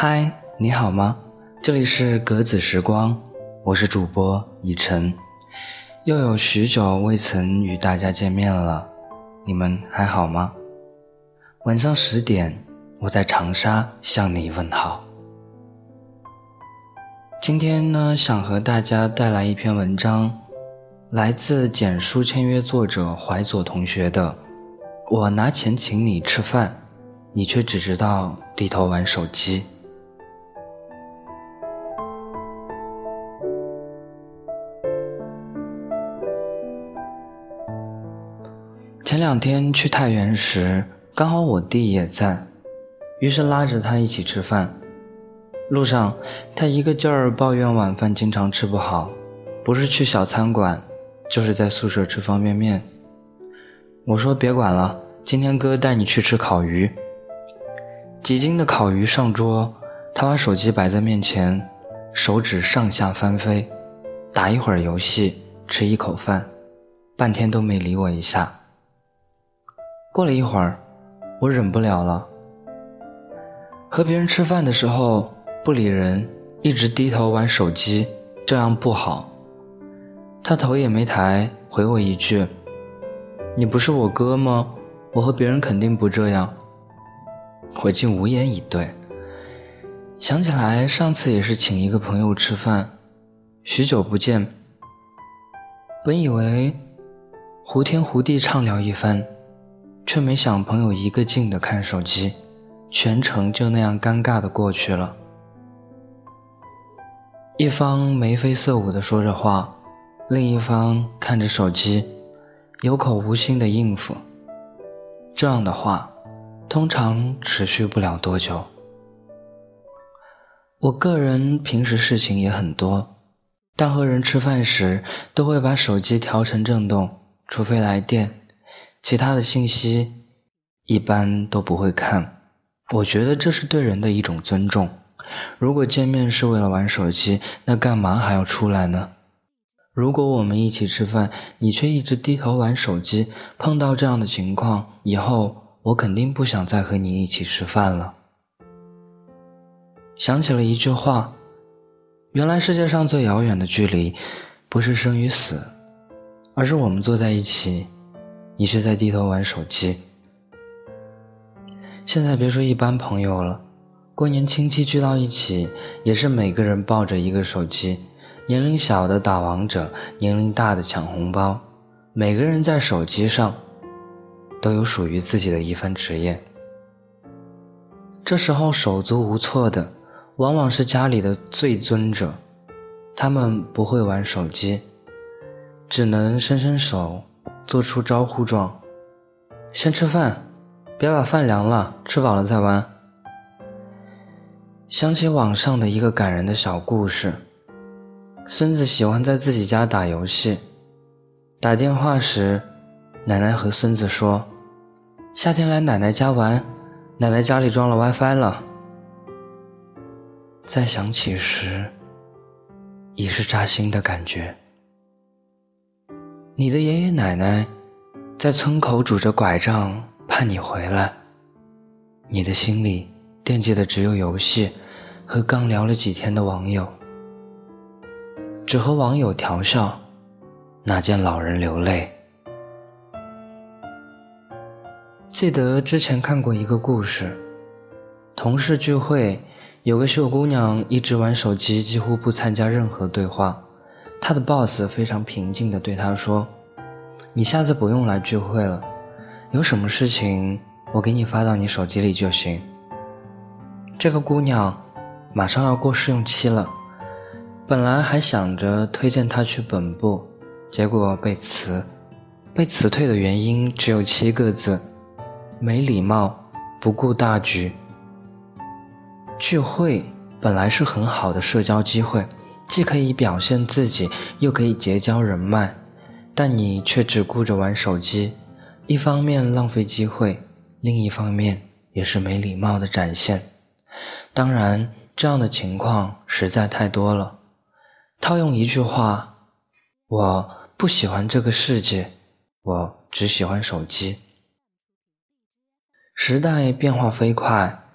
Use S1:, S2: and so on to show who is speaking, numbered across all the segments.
S1: 嗨，你好吗？这里是格子时光，我是主播以晨，又有许久未曾与大家见面了，你们还好吗？晚上10点，我在长沙向你问好。今天呢，想和大家带来一篇文章，来自简书签约作者怀左同学的我拿钱请你吃饭，你却只知道低头玩手机。前2天去太原时，刚好我弟也在，于是拉着他一起吃饭。路上他一个劲儿抱怨晚饭经常吃不好，不是去小餐馆，就是在宿舍吃方便面。我说别管了，今天哥带你去吃烤鱼。几斤的烤鱼上桌，他把手机摆在面前，手指上下翻飞，打一会儿游戏，吃一口饭，半天都没理我一下。过了一会儿，我忍不了了。和别人吃饭的时候不理人，一直低头玩手机，这样不好。他头也没抬，回我一句：你不是我哥吗？我和别人肯定不这样。我竟无言以对。想起来上次也是请一个朋友吃饭，许久不见，本以为胡天胡地畅聊一番，却没想朋友一个劲地看手机，全程就那样尴尬地过去了。一方眉飞色舞地说着话，另一方看着手机，有口无心地应付。这样的话通常持续不了多久。我个人平时事情也很多，但和人吃饭时都会把手机调成震动，除非来电，其他的信息一般都不会看。我觉得这是对人的一种尊重。如果见面是为了玩手机，那干嘛还要出来呢？如果我们一起吃饭，你却一直低头玩手机，碰到这样的情况，以后我肯定不想再和你一起吃饭了。想起了一句话，原来世界上最遥远的距离，不是生与死，而是我们坐在一起，你却在低头玩手机。现在别说一般朋友了，过年亲戚聚到一起，也是每个人抱着一个手机，年龄小的打王者，年龄大的抢红包，每个人在手机上都有属于自己的一番职业。这时候手足无措的往往是家里的最尊者，他们不会玩手机，只能伸伸手做出招呼状，先吃饭，别把饭凉了，吃饱了再玩。想起网上的一个感人的小故事，孙子喜欢在自己家打游戏，打电话时奶奶和孙子说，夏天来奶奶家玩，奶奶家里装了 WiFi 了。再想起时已是扎心的感觉。你的爷爷奶奶在村口拄着拐杖盼你回来，你的心里惦记的只有游戏和刚聊了几天的网友，只和网友调笑，哪见老人流泪。记得之前看过一个故事，同事聚会，有个秀姑娘一直玩手机，几乎不参加任何对话。她的 boss 非常平静地对她说，你下次不用来聚会了，有什么事情我给你发到你手机里就行。这个姑娘马上要过试用期了，本来还想着推荐她去本部，结果被辞退的原因只有7个字，没礼貌，不顾大局。聚会本来是很好的社交机会，既可以表现自己，又可以结交人脉，但你却只顾着玩手机，一方面浪费机会，另一方面也是没礼貌的展现。当然，这样的情况实在太多了。套用一句话，我不喜欢这个世界，我只喜欢手机。时代变化飞快，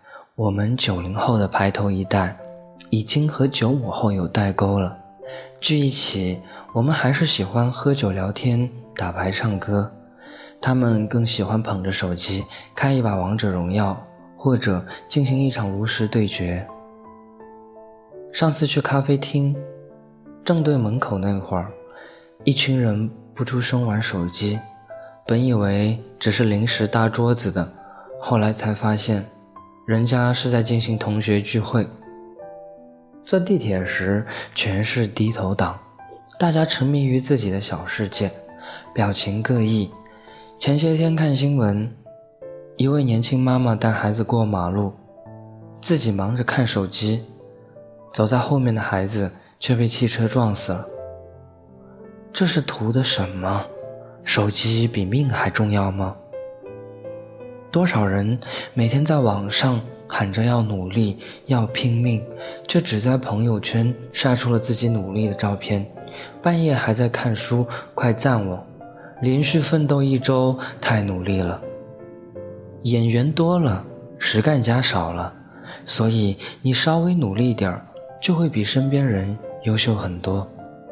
S1: 我们90后的排头一代已经和95后有代沟了，聚一起，我们还是喜欢喝酒聊天、打牌唱歌，他们更喜欢捧着手机开一把王者荣耀，或者进行一场炉石对决。上次去咖啡厅，正对门口那会儿，一群人不出声玩手机，本以为只是临时搭桌子的，后来才发现人家是在进行同学聚会。坐地铁时全是低头党，大家沉迷于自己的小世界，表情各异。前些天看新闻，一位年轻妈妈带孩子过马路，自己忙着看手机，走在后面的孩子却被汽车撞死了。这是图的什么？手机比命还重要吗？多少人每天在网上喊着要努力要拼命，却只在朋友圈晒出了自己努力的照片，半夜还在看书，快赞我，连续奋斗1周，太努力了。演员多了，实干家少了，所以你稍微努力点儿，就会比身边人优秀很多。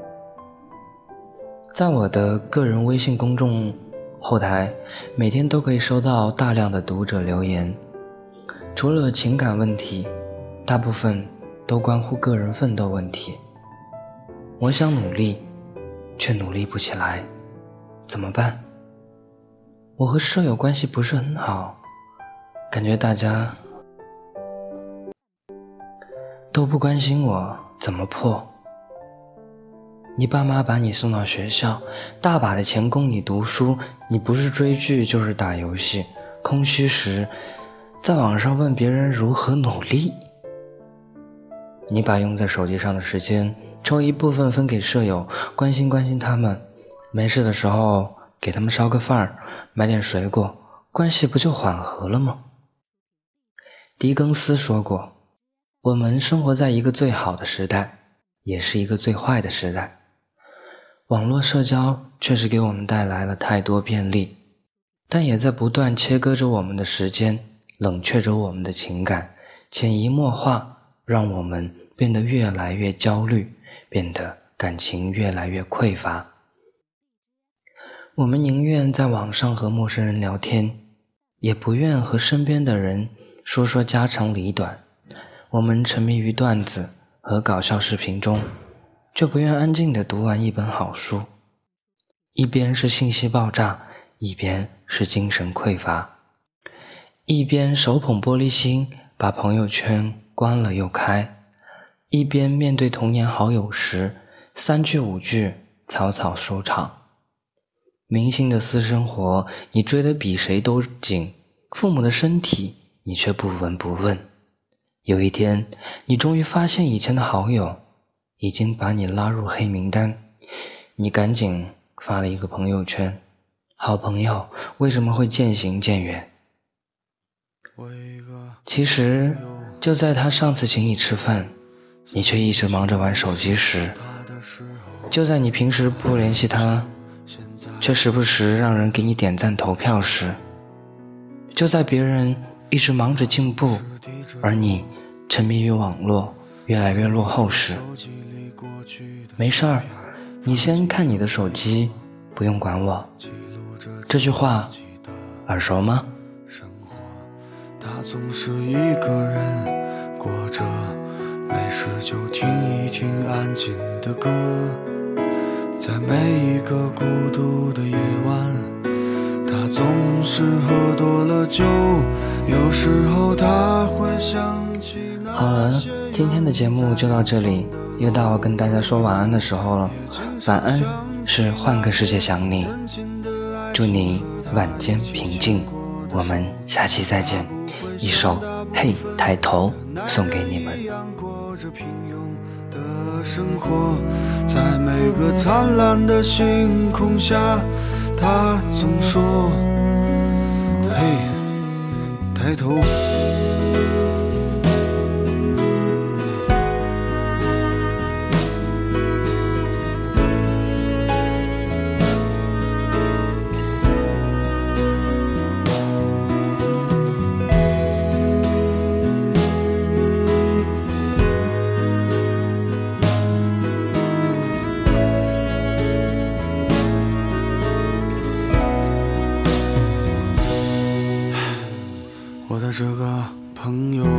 S1: 在我的个人微信公众后台，每天都可以收到大量的读者留言，除了情感问题，大部分都关乎个人奋斗问题。我想努力，却努力不起来，怎么办？我和舍友关系不是很好，感觉大家都不关心我，怎么破？你爸妈把你送到学校，大把的钱供你读书，你不是追剧就是打游戏，空虚时在网上问别人如何努力。你把用在手机上的时间抽一部分分给舍友，关心关心他们，没事的时候给他们烧个饭，买点水果，关系不就缓和了吗？狄更斯说过，我们生活在一个最好的时代，也是一个最坏的时代。网络社交确实给我们带来了太多便利，但也在不断切割着我们的时间，冷却着我们的情感，潜移默化让我们变得越来越焦虑，变得感情越来越匮乏。我们宁愿在网上和陌生人聊天，也不愿和身边的人说说家长里短。我们沉迷于段子和搞笑视频中，却不愿安静地读完一本好书。一边是信息爆炸，一边是精神匮乏。一边手捧玻璃心，把朋友圈关了又开，一边面对童年好友时3句5句草草收场。明星的私生活你追得比谁都紧，父母的身体你却不闻不问。有一天你终于发现以前的好友已经把你拉入黑名单，你赶紧发了一个朋友圈，好朋友为什么会渐行渐远？其实就在他上次请你吃饭，你却一直忙着玩手机时，就在你平时不联系他，却时不时让人给你点赞投票时，就在别人一直忙着进步，而你沉迷于网络越来越落后时，没事儿，你先看你的手机，不用管我。这句话耳熟吗？
S2: 他总是一个人过着，没事就听一听安静的歌，在每一个孤独的夜晚，他总是喝多了酒，有时候他会想起那些。
S1: 好了，今天的节目就到这里，又到跟大家说晚安的时候了。晚安是换个世界想你，祝你晚间平静，我们下期再见。一首嘿抬头送给你们。
S2: 生活在每个灿烂的星空下，他总说嘿抬头。 的这个朋友，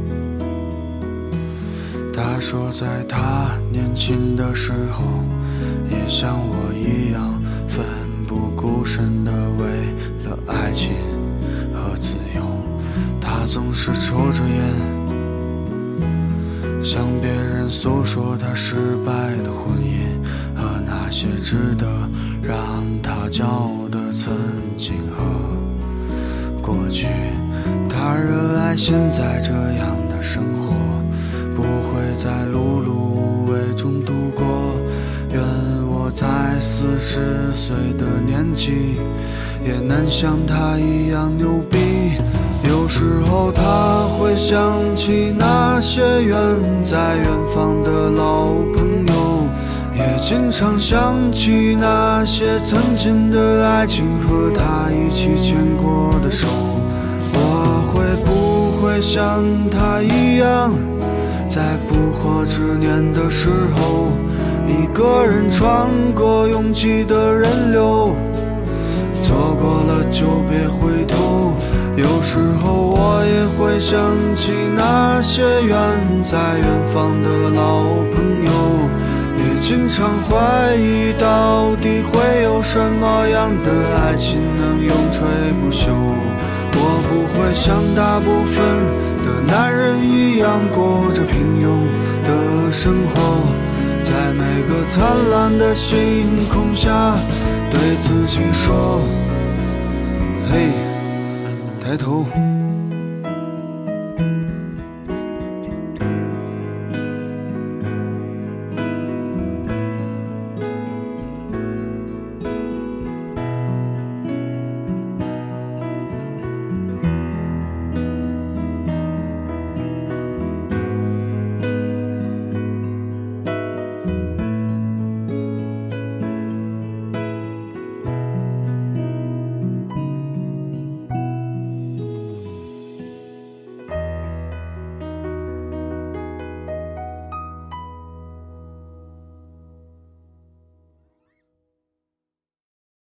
S2: 他说在他年轻的时候也像我一样奋不顾身的为了爱情和自由。他总是抽着烟，向别人诉说他失败的婚姻和那些值得让他骄傲的曾经和过去。他热爱现在这样的生活，不会在碌碌无为中度过。愿我在40岁的年纪也能像他一样牛逼。有时候他会想起那些远在远方的老朋友，也经常想起那些曾经的爱情和他一起牵过的手。我会不会像他一样，在不惑之年的时候，一个人穿过拥挤的人流，错过了就别回头。有时候我也会想起那些远在远方的老朋友，也经常怀疑到底会有什么样的爱情能永垂不朽。我不会像大部分的男人一样过着平庸的生活，在每个灿烂的星空下对自己说，嘿，抬头。